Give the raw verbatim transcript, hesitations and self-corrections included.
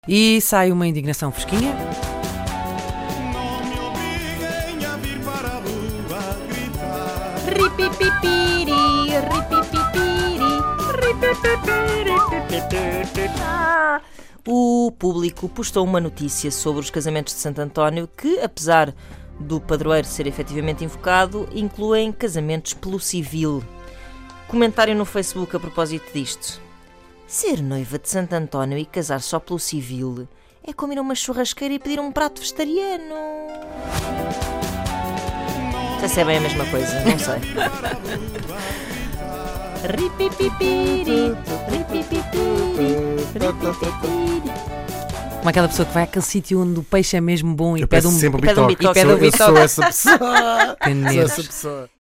E sai uma indignação fresquinha. Não me obriguem a vir para a rua gritar. Ripipipiri, ripipipiri, ripipipiri. Ah, o público postou uma notícia sobre os casamentos de Santo António que, apesar do padroeiro ser efetivamente invocado, incluem casamentos pelo civil. Comentário no Facebook a propósito disto. Ser noiva de Santo António e casar só pelo civil é como ir a uma churrasqueira e pedir um prato vegetariano. Não sei se é bem a mesma coisa, não sei. Ripipipiri, ripipipiri, ripipipiri. Como aquela pessoa que vai àquele sítio onde o peixe é mesmo bom e Eu pede peço um, sempre e pede um bitoque. bitoque. E pede um Eu sou bitoque. essa pessoa. Tem Sou nervos. essa pessoa.